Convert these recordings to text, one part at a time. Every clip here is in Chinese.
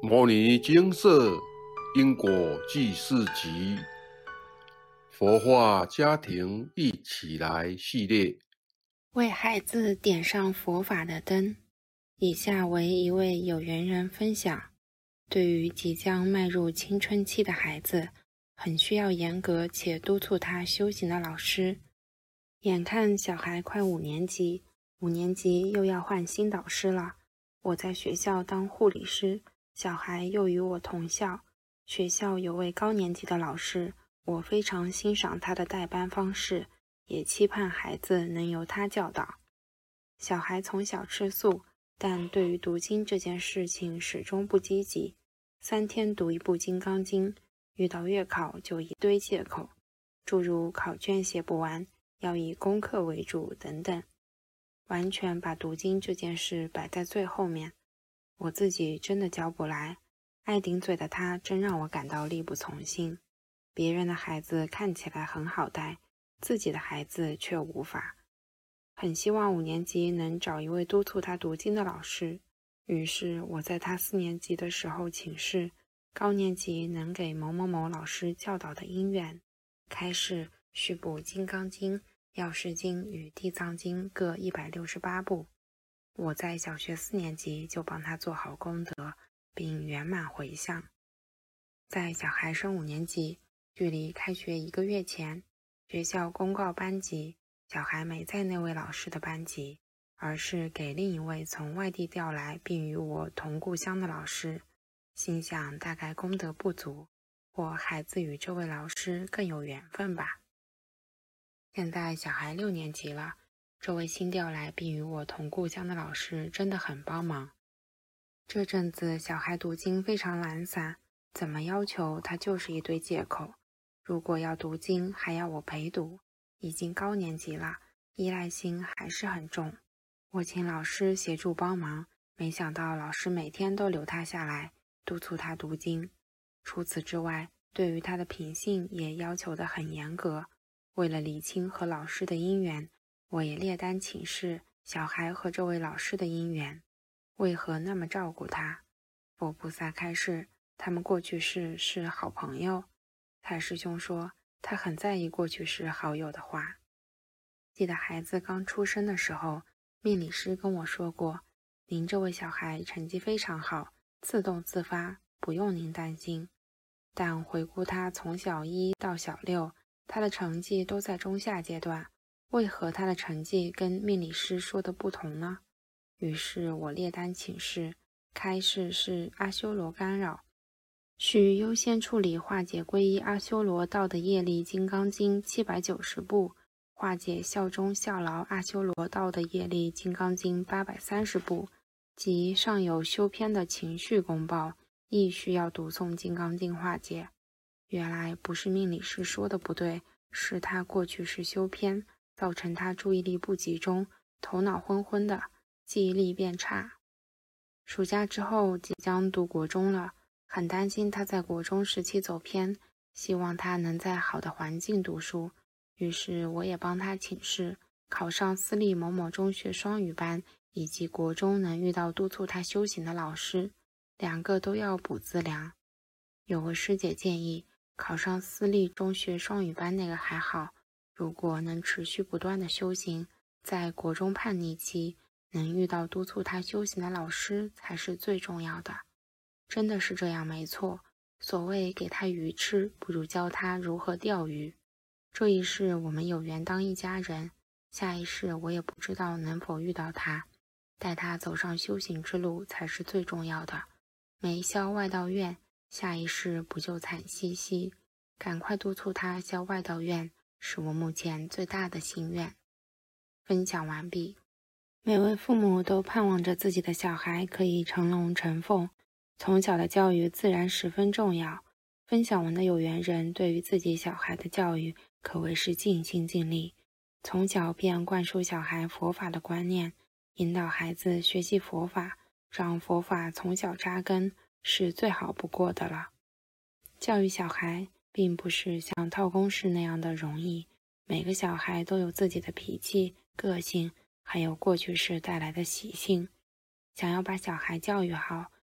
摩尼精舍因果记事集佛化家庭一起来系列， 为孩子点上佛法的灯。以下为一位有缘人分享，对于即将迈入青春期的孩子，很需要严格且督促他修行的老师。眼看小孩快5年级，5年级又要换新导师了。我在学校当护理师，小孩又与我同校，学校有位高年级的老师，我非常欣赏他的带班方式，也期盼孩子能由他教导。小孩从小吃素，但对于读经这件事情始终不积极，3天读一部《金刚经》，遇到月考就一堆借口，诸如考卷写不完，要以功课为主等等，完全把读经这件事摆在最后面。我自己真的教不来，爱顶嘴的他真让我感到力不从心。别人的孩子看起来很好带，自己的孩子却无法。很希望5年级能找一位督促他读经的老师，于是我在他4年级的时候请示高年级能给某某某老师教导的因缘，开示续补《金刚经》、《药师经》与《地藏经》各168部。我在小学4年级就帮他做好功德，并圆满回向。在小孩升5年级，距离开学1个月前，学校公告班级，小孩没在那位老师的班级，而是给另一位从外地调来并与我同故乡的老师。心想大概功德不足，或孩子与这位老师更有缘分吧。现在小孩6年级了，这位新调来并与我同故乡的老师真的很帮忙。这阵子小孩读经非常懒散，怎么要求他就是一堆借口。如果要读经还要我陪读，已经高年级了，依赖心还是很重。我请老师协助帮忙，没想到老师每天都留他下来，督促他读经。除此之外，对于他的品性也要求得很严格。为了理清和老师的因缘，我也列单请示小孩和这位老师的因缘，为何那么照顾他。佛菩萨开示，他们过去世是好朋友。蔡师兄说，他很在意过去世好友的话。记得孩子刚出生的时候，命理师跟我说过，您这位小孩成绩非常好，自动自发，不用您担心。但回顾他从小1到小6，他的成绩都在中下阶段，为何他的成绩跟命理师说的不同呢？于是我列单请示，开示是阿修罗干扰，需优先处理化解皈依阿修罗道的业力《金刚经》790部，化解效忠效劳阿修罗道的业力《金刚经》830部，即上有修偏的情绪公报，亦需要读诵《金刚经》化解。原来不是命理师说的不对，是他过去是修偏，造成他注意力不集中，头脑昏昏的，记忆力变差。暑假之后即将读国中了，很担心他在国中时期走偏，希望他能在好的环境读书。于是我也帮他请示，考上私立某某中学双语班，以及国中能遇到督促他修行的老师，2个都要补资粮。有个师姐建议，考上私立中学双语班那个还好，如果能持续不断的修行，在国中叛逆期能遇到督促他修行的老师才是最重要的。真的是这样没错，所谓给他鱼吃，不如教他如何钓鱼。这一世我们有缘当一家人，下一世我也不知道能否遇到他，带他走上修行之路才是最重要的。没消外道愿，下一世不就惨兮兮。赶快督促他消外道愿，是我目前最大的心愿。分享完毕。每位父母都盼望着自己的小孩可以成龙成凤，从小的教育自然十分重要。分享完的有缘人对于自己小孩的教育可谓是尽心尽力，从小便灌输小孩佛法的观念，引导孩子学习佛法，让佛法从小扎根，是最好不过的了。教育小孩并不是像套公式那样的容易，每个小孩都有自己的脾气、个性，还有过去世带来的习性。想要把小孩教育好，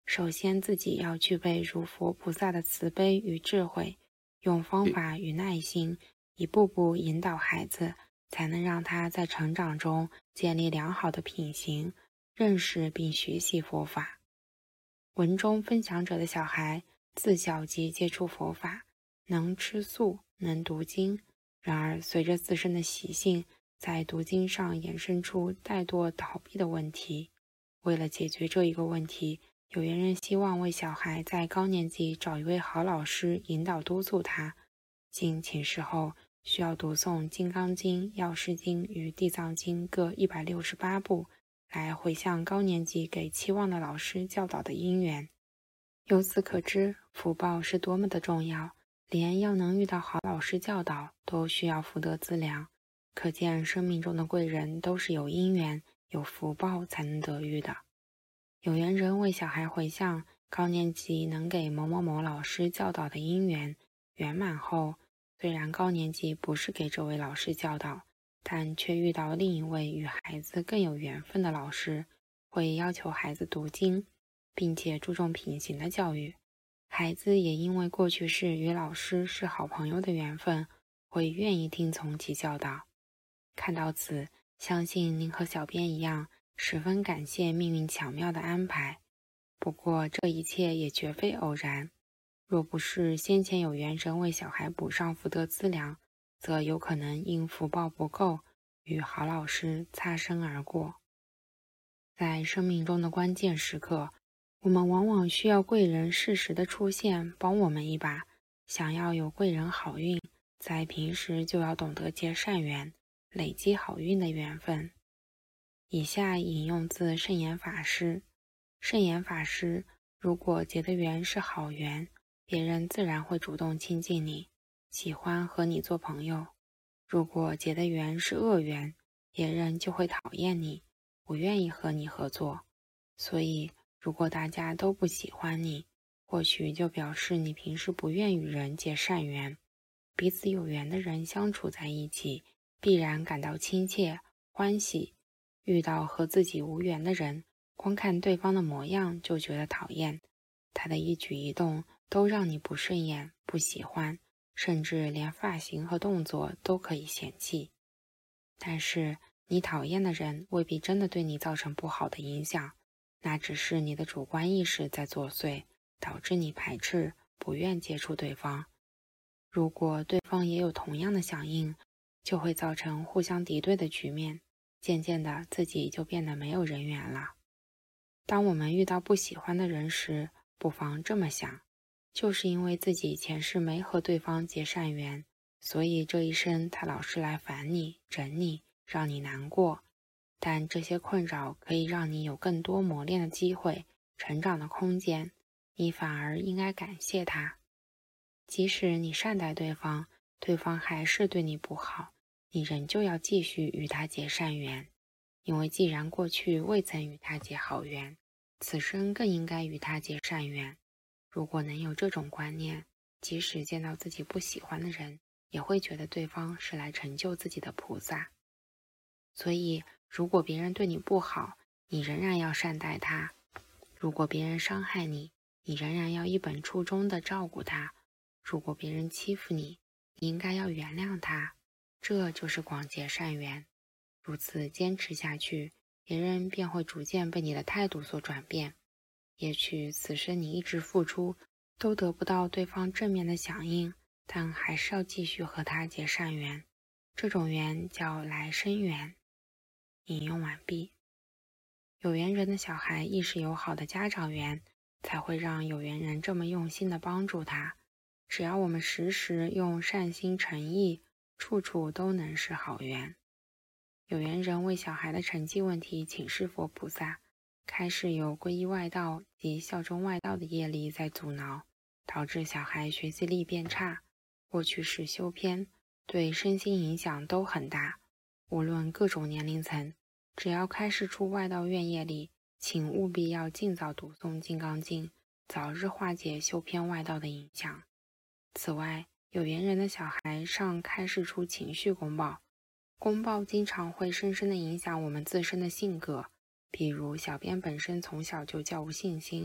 首先自己要具备如佛菩萨的慈悲与智慧，用方法与耐心，一步步引导孩子，才能让他在成长中建立良好的品行，认识并学习佛法。文中分享者的小孩自小即接触佛法，能吃素，能读经，然而随着自身的习性，在读经上衍生出怠惰逃避的问题。为了解决这一个问题，有缘人希望为小孩在高年级找一位好老师引导督促他。经请示后，需要读诵《金刚经》《药师经》与《地藏经》各168部，来回向高年级给期望的老师教导的因缘。由此可知，福报是多么的重要，连要能遇到好老师教导，都需要福德资粮。可见生命中的贵人都是有因缘、有福报才能得遇的。有缘人为小孩回向高年级能给某某某老师教导的因缘圆满后，虽然高年级不是给这位老师教导，但却遇到另一位与孩子更有缘分的老师，会要求孩子读经，并且注重品行的教育。孩子也因为过去世与老师是好朋友的缘分，会愿意听从其教导。看到此，相信您和小编一样，十分感谢命运巧妙的安排。不过这一切也绝非偶然，若不是先前有缘人为小孩补上福德资粮，则有可能因福报不够，与好老师擦身而过。在生命中的关键时刻，我们往往需要贵人适时的出现，帮我们一把。想要有贵人好运，在平时就要懂得结善缘，累积好运的缘分。以下引用自圣严法师。圣严法师，如果结的缘是好缘，别人自然会主动亲近你，喜欢和你做朋友；如果结的缘是恶缘，别人就会讨厌你，不愿意和你合作。所以，如果大家都不喜欢你，或许就表示你平时不愿与人结善缘。彼此有缘的人相处在一起，必然感到亲切、欢喜。遇到和自己无缘的人，光看对方的模样就觉得讨厌，他的一举一动都让你不顺眼、不喜欢，甚至连发型和动作都可以嫌弃。但是，你讨厌的人未必真的对你造成不好的影响，那只是你的主观意识在作祟，导致你排斥、不愿接触对方。如果对方也有同样的响应，就会造成互相敌对的局面，渐渐的自己就变得没有人缘了。当我们遇到不喜欢的人时，不妨这么想，就是因为自己前世没和对方结善缘，所以这一生他老是来烦你、整你，让你难过。但这些困扰可以让你有更多磨练的机会、成长的空间，你反而应该感谢他。即使你善待对方，对方还是对你不好，你仍旧要继续与他结善缘，因为既然过去未曾与他结好缘，此生更应该与他结善缘。如果能有这种观念，即使见到自己不喜欢的人，也会觉得对方是来成就自己的菩萨。所以，如果别人对你不好，你仍然要善待他；如果别人伤害你，你仍然要一本初衷地照顾他；如果别人欺负你，你应该要原谅他。这就是广结善缘。如此坚持下去，别人便会逐渐被你的态度所转变。也许此生你一直付出，都得不到对方正面的响应，但还是要继续和他结善缘。这种缘叫来生缘。引用完毕。有缘人的小孩亦是有好的家长缘，才会让有缘人这么用心的帮助他。只要我们时时用善心诚意，处处都能是好缘。有缘人为小孩的成绩问题请示佛菩萨，开始有皈依外道及效忠外道的业力在阻挠，导致小孩学习力变差，过去世修偏，对身心影响都很大。无论各种年龄层，只要开示出外道怨业力，请务必要尽早读诵《金刚经》，早日化解修偏外道的影响。此外，有缘人的小孩尚开示出情绪公报，公报经常会深深地影响我们自身的性格，比如小编本身从小就较无信心，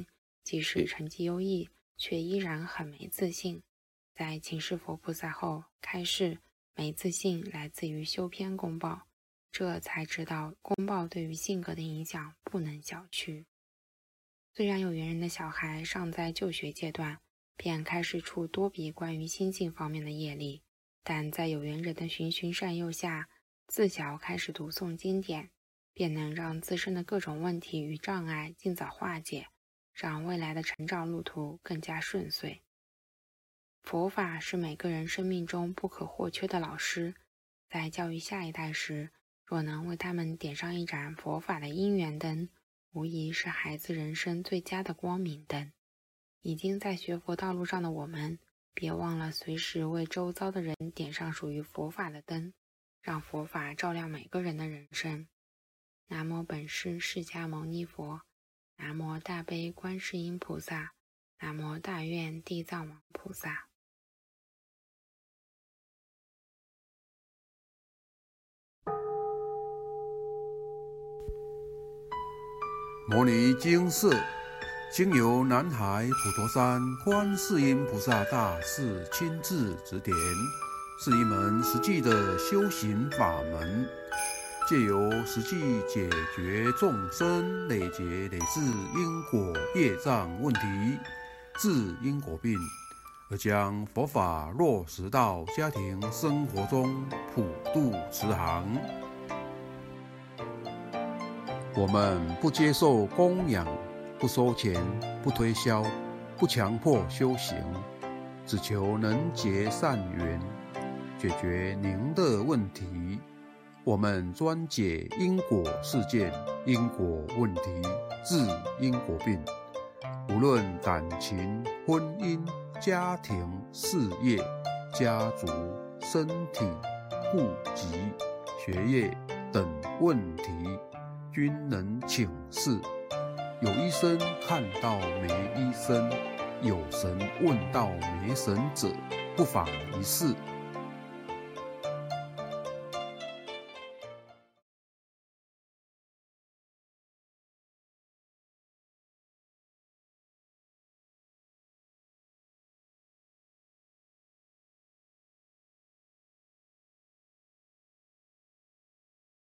即使成绩优异，却依然很没自信。在请示佛菩萨后，开示没自信来自于修偏公报，这才知道公报对于性格的影响不能小觑。虽然有缘人的小孩尚在就学阶段，便开示出多笔关于心性方面的业力，但在有缘人的循循善诱下，自小开始读诵经典，便能让自身的各种问题与障碍尽早化解，让未来的成长路途更加顺遂。佛法是每个人生命中不可或缺的老师，在教育下一代时，若能为他们点上一盏佛法的因缘灯，无疑是孩子人生最佳的光明灯。已经在学佛道路上的我们，别忘了随时为周遭的人点上属于佛法的灯，让佛法照亮每个人的人生。南无本师释迦牟尼佛，南无大悲观世音菩萨，南无大愿地藏王菩萨。 摩尼经释经由南海普陀山观世音菩萨大士亲自指点，是一门实际的修行法门，借由实际解决众生累劫累世因果业障问题，治因果病，而将佛法落实到家庭生活中，普度慈航。我们不接受供养，不收钱，不推销，不强迫修行，只求能结善缘，解决您的问题。我们专解因果事件、因果问题，治因果病。无论感情、婚姻、家庭、事业、家族、身体、户籍、学业等问题，均能请示。有医生看到没医生，有神问到没神者，不妨一试。